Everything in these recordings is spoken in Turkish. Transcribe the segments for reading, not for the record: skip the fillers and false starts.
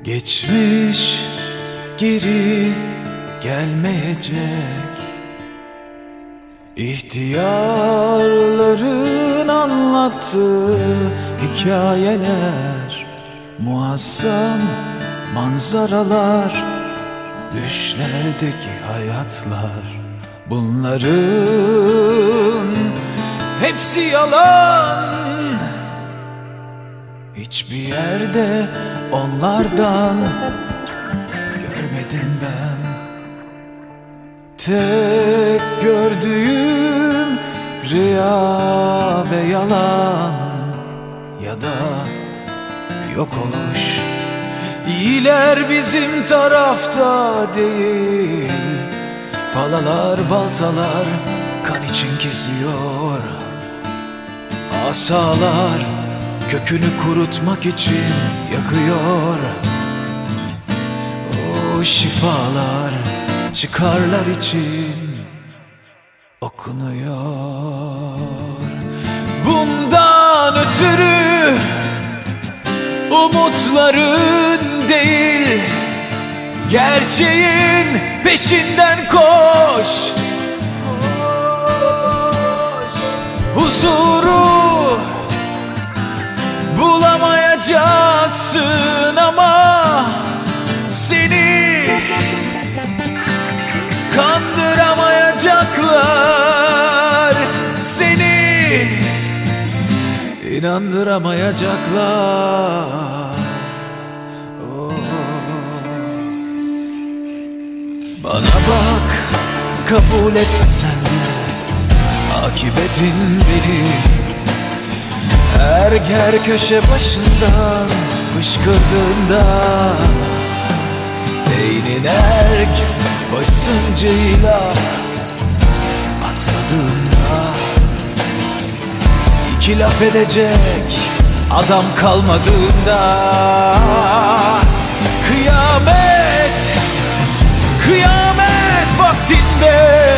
Geçmiş geri gelmeyecek. İhtiyarların anlattığı hikayeler, muazzam manzaralar, düşlerdeki hayatlar, bunların hepsi yalan. Hiçbir yerde onlardan görmedim ben. Tek gördüğüm rüya ve yalan, ya da yok oluş. İyiler bizim tarafta değil. Palalar, baltalar kan için kesiyor. Asalar kökünü kurutmak için yakıyor. O şifalar çıkarlar için okunuyor. Bundan ötürü umutların değil, gerçeğin peşinden koş. Huzuru bulamayacaksın ama seni kandıramayacaklar, seni inandıramayacaklar. Oh. Bana bak, kabul etmesen de akibetin benim. Her köşe başından fışkırdığında, beynin erk basıncıyla atladığında, iki laf edecek adam kalmadığında, kıyamet, kıyamet vaktinde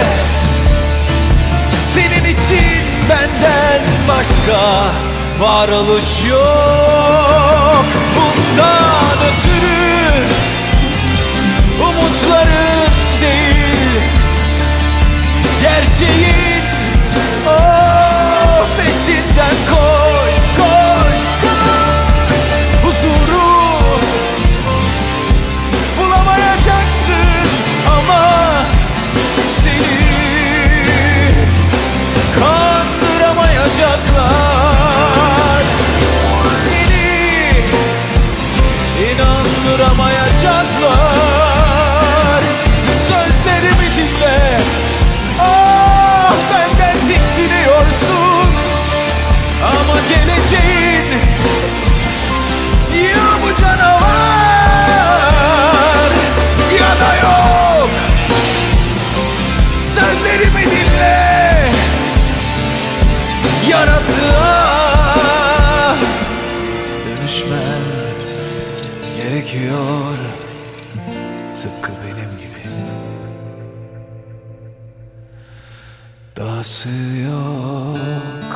senin için benden başka varoluş yok. Bundan ötürü umutların değil, gerçeğin peşinden koş, koş, koş. Huzuru bulamayacaksın ama seni kandıramayacaklar, seni inandıramayacaklar. Sözlerimi dinle, ah benden tiksiniyorsun ama geleceğin ya bu canavar ya da yok. Sözlerimi dinle, yaratığa dönüşmen gerekiyor, tıpkı benim gibi. Dahası yok,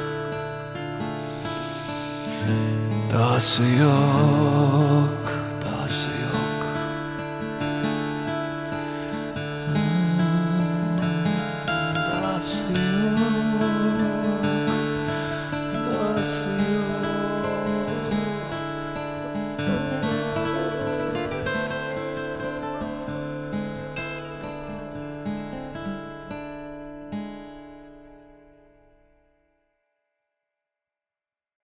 dahası yok, dahası yok. Dahası yok.